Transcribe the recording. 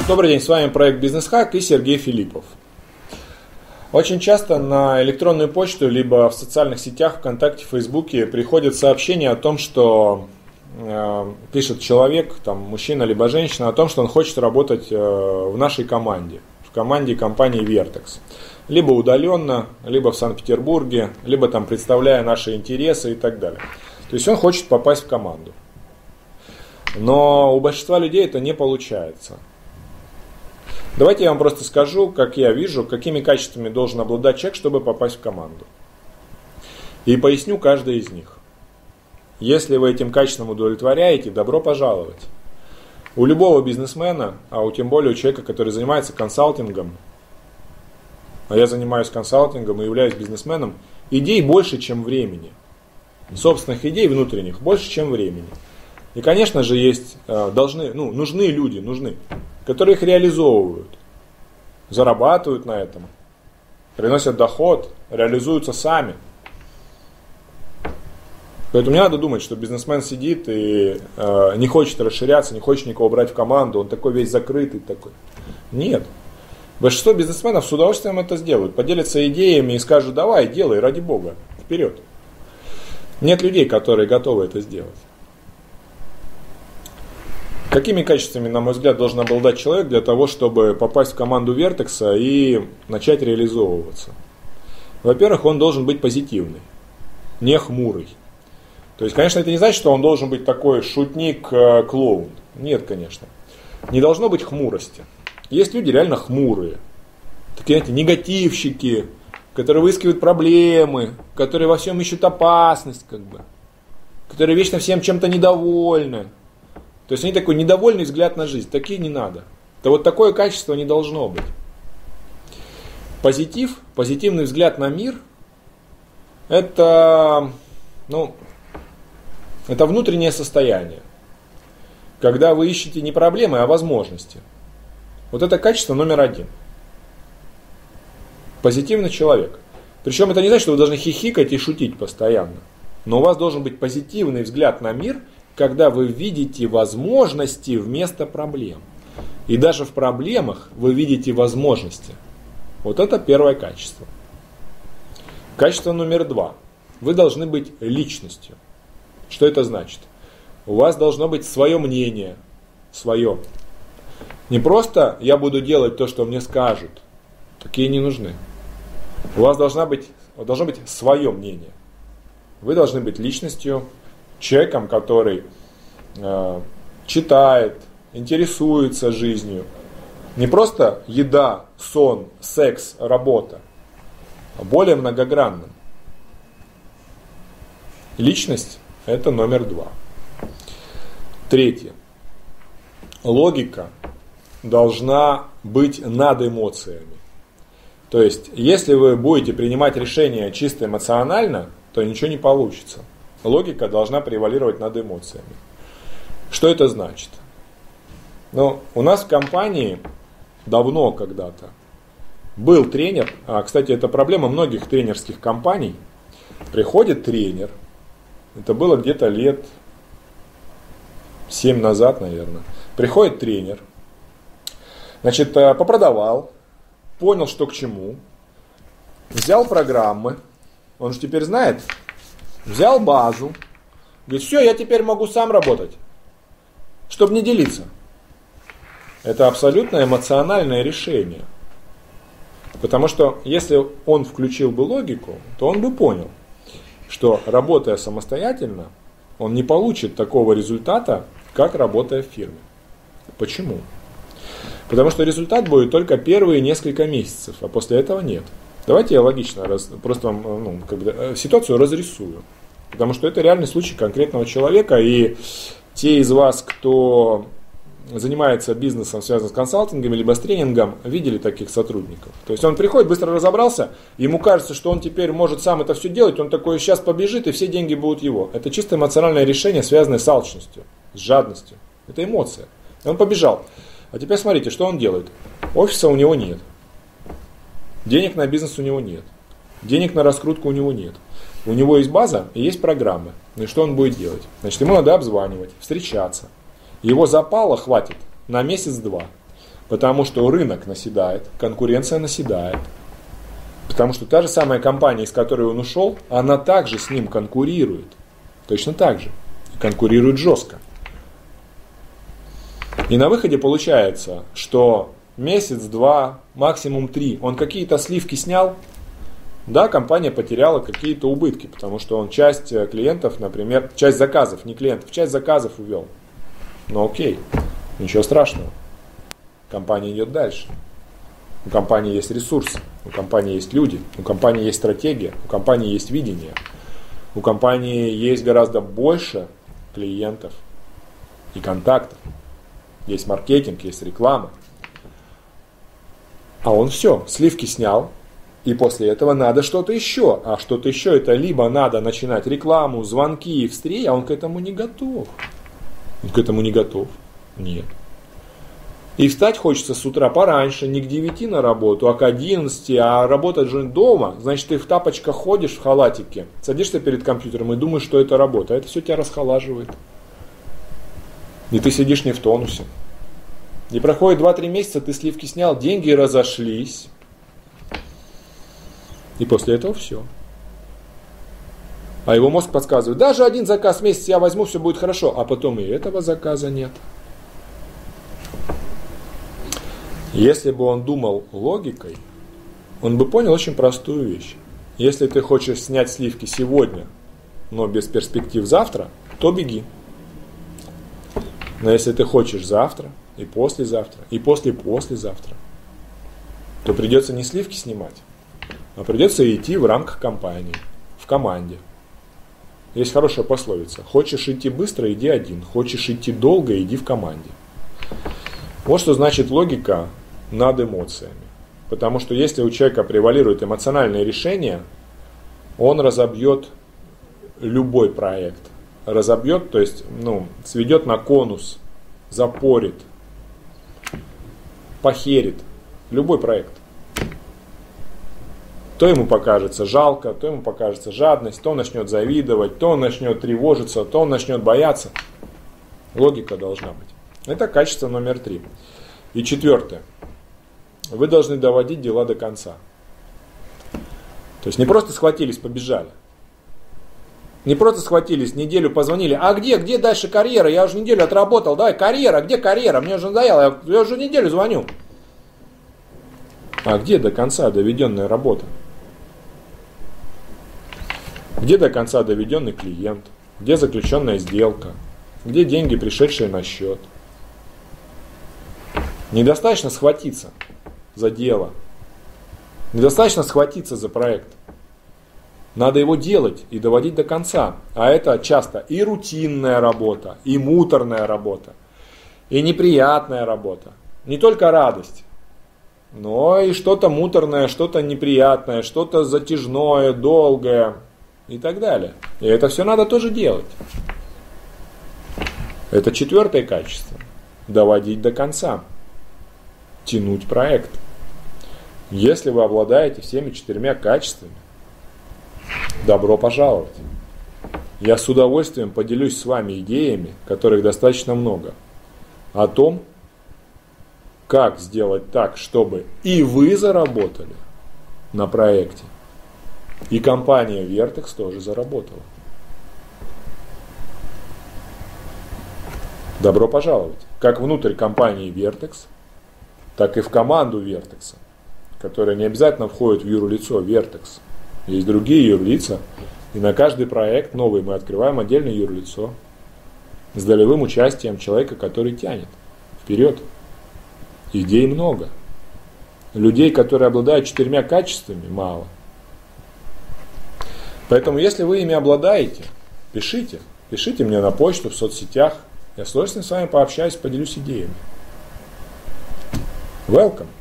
Добрый день, с вами проект Бизнес-хак и Сергей Филиппов. Очень часто на электронную почту, либо в социальных сетях, ВКонтакте, Фейсбуке приходят сообщения о том, что пишет человек, там, мужчина либо женщина, о том, что он хочет работать в нашей команде, в команде компании Vertex. Либо удаленно, либо в Санкт-Петербурге, либо там представляя наши интересы и так далее. То есть он хочет попасть в команду. Но у большинства людей это не получается. Давайте я вам просто скажу, как я вижу, какими качествами должен обладать человек, чтобы попасть в команду. И поясню каждое из них. Если вы этим качеством удовлетворяете, добро пожаловать. У любого бизнесмена, а тем более у человека, который занимается консалтингом, а я занимаюсь консалтингом и являюсь бизнесменом, идей больше, чем времени. Собственных идей внутренних больше, чем времени. И, конечно же, нужны люди, которые их реализовывают, зарабатывают на этом, приносят доход, реализуются сами. Поэтому не надо думать, что бизнесмен сидит и не хочет расширяться, не хочет никого брать в команду, он такой весь закрытый такой. Нет. Большинство бизнесменов с удовольствием это сделают, поделятся идеями и скажут: давай, делай, ради бога, вперед. Нет людей, которые готовы это сделать. Какими качествами, на мой взгляд, должен обладать человек для того, чтобы попасть в команду Vertex и начать реализовываться? Во-первых, он должен быть позитивный, не хмурый. То есть, конечно, это не значит, что он должен быть такой шутник-клоун. Нет, конечно. Не должно быть хмурости. Есть люди реально хмурые. Такие, знаете, негативщики, которые выискивают проблемы, которые во всем ищут опасность, которые вечно всем чем-то недовольны. То есть они такой недовольный взгляд на жизнь. Такие не надо. То вот такое качество не должно быть. Позитивный взгляд на мир, это внутреннее состояние. Когда вы ищете не проблемы, а возможности. Вот это качество номер 1. Позитивный человек. Причем это не значит, что вы должны хихикать и шутить постоянно. Но у вас должен быть позитивный взгляд на мир, когда вы видите возможности вместо проблем. И даже в проблемах вы видите возможности. Вот это первое качество. Качество номер 2. Вы должны быть личностью. Что это значит? У вас должно быть свое мнение. Свое. Не просто я буду делать то, что мне скажут. Такие не нужны. У вас должно быть свое мнение. Вы должны быть личностью, человеком, который читает, интересуется жизнью. Не просто еда, сон, секс, работа, а более многогранным. Личность – это номер 2. Третье. Логика должна быть над эмоциями. То есть, если вы будете принимать решения чисто эмоционально, то ничего не получится. Логика должна превалировать над эмоциями. Что это значит? У нас в компании давно когда-то был тренер, кстати, это проблема многих тренерских компаний. Приходит тренер, это было где-то лет 7 назад, наверное. Приходит тренер, попродавал, понял, что к чему, взял программы, он же теперь знает, взял базу, говорит: все, я теперь могу сам работать, чтобы не делиться. Это абсолютно эмоциональное решение. Потому что если он включил бы логику, то он бы понял, что работая самостоятельно, он не получит такого результата, как работая в фирме. Почему? Потому что результат будет только первые несколько месяцев, а после этого нет. Давайте я логично просто вам ситуацию разрисую. Потому что это реальный случай конкретного человека, и те из вас, кто занимается бизнесом, связанным с консалтингом либо с тренингом, видели таких сотрудников. То есть он приходит, быстро разобрался, ему кажется, что он теперь может сам это все делать, он такой сейчас побежит, и все деньги будут его. Это чисто эмоциональное решение, связанное с алчностью, с жадностью. Это эмоция. И он побежал. А теперь смотрите, что он делает. Офиса у него нет. Денег на бизнес у него нет. Денег на раскрутку у него нет. У него есть база и есть программы. Ну и что он будет делать? Значит, ему надо обзванивать, встречаться. Его запала хватит на месяц-два. Потому что рынок наседает, конкуренция наседает. Потому что та же самая компания, из которой он ушел, она также с ним конкурирует. Точно так же. И конкурирует жестко. И на выходе получается, что месяц, 2, максимум 3, он какие-то сливки снял. Да, компания потеряла какие-то убытки, потому что он часть клиентов, например, часть заказов, не клиентов, часть заказов увел. Но окей, ничего страшного. Компания идет дальше. У компании есть ресурсы, у компании есть люди, у компании есть стратегия, у компании есть видение. У компании есть гораздо больше клиентов и контактов. Есть маркетинг, есть реклама. А он все, сливки снял. И после этого надо что-то еще. А что-то еще это либо надо начинать рекламу, звонки, встречи, а он к этому не готов. Он к этому не готов. Нет. И встать хочется с утра пораньше, не к 9 на работу, а к 11, а работать же дома. Значит, ты в тапочках ходишь, в халатике, садишься перед компьютером и думаешь, что это работа. А это все тебя расхолаживает. И ты сидишь не в тонусе. И проходит 2-3 месяца, ты сливки снял, деньги разошлись. И после этого все. А его мозг подсказывает, даже один заказ в месяц я возьму, все будет хорошо. А потом и этого заказа нет. Если бы он думал логикой, он бы понял очень простую вещь. Если ты хочешь снять сливки сегодня, но без перспектив завтра, то беги. Но если ты хочешь завтра, и послезавтра, и послезавтра, то придется не сливки снимать, а придется идти в рамках компании, в команде. Есть хорошая пословица. Хочешь идти быстро, иди один. Хочешь идти долго, иди в команде. Вот что значит логика над эмоциями. Потому что если у человека превалирует эмоциональное решение, он разобьет любой проект. Разобьет, то есть сведет на конус, запорит, похерит любой проект. То ему покажется жалко, то ему покажется жадность, то он начнет завидовать, то он начнет тревожиться, то он начнет бояться. Логика должна быть. Это качество номер 3. И 4. Вы должны доводить дела до конца. То есть не просто схватились, побежали. Не просто схватились, неделю позвонили. А где дальше карьера? Я уже неделю отработал. Давай, карьера, где карьера? Мне уже надоело, я уже неделю звоню. А где до конца доведенная работа? Где до конца доведенный клиент? Где заключенная сделка? Где деньги, пришедшие на счет? Недостаточно схватиться за дело. Недостаточно схватиться за проект. Надо его делать и доводить до конца. А это часто и рутинная работа, и муторная работа, и неприятная работа. Не только радость, но и что-то муторное, что-то неприятное, что-то затяжное, долгое и так далее. И это все надо тоже делать. Это 4 качество. Доводить до конца. Тянуть проект. Если вы обладаете всеми 4 качествами, добро пожаловать. Я с удовольствием поделюсь с вами идеями, которых достаточно много, о том, как сделать так, чтобы и вы заработали на проекте, и компания Vertex тоже заработала. Добро пожаловать. Как внутрь компании Vertex, так и в команду Vertex, которая не обязательно входит в юрлицо Vertex. Есть другие юрлица, и на каждый проект новый мы открываем отдельное юрлицо с долевым участием человека, который тянет вперед. Идей много. Людей, которые обладают 4 качествами, мало. Поэтому, если вы ими обладаете, пишите. Пишите мне на почту, в соцсетях. Я с удовольствием с вами пообщаюсь, поделюсь идеями. Welcome!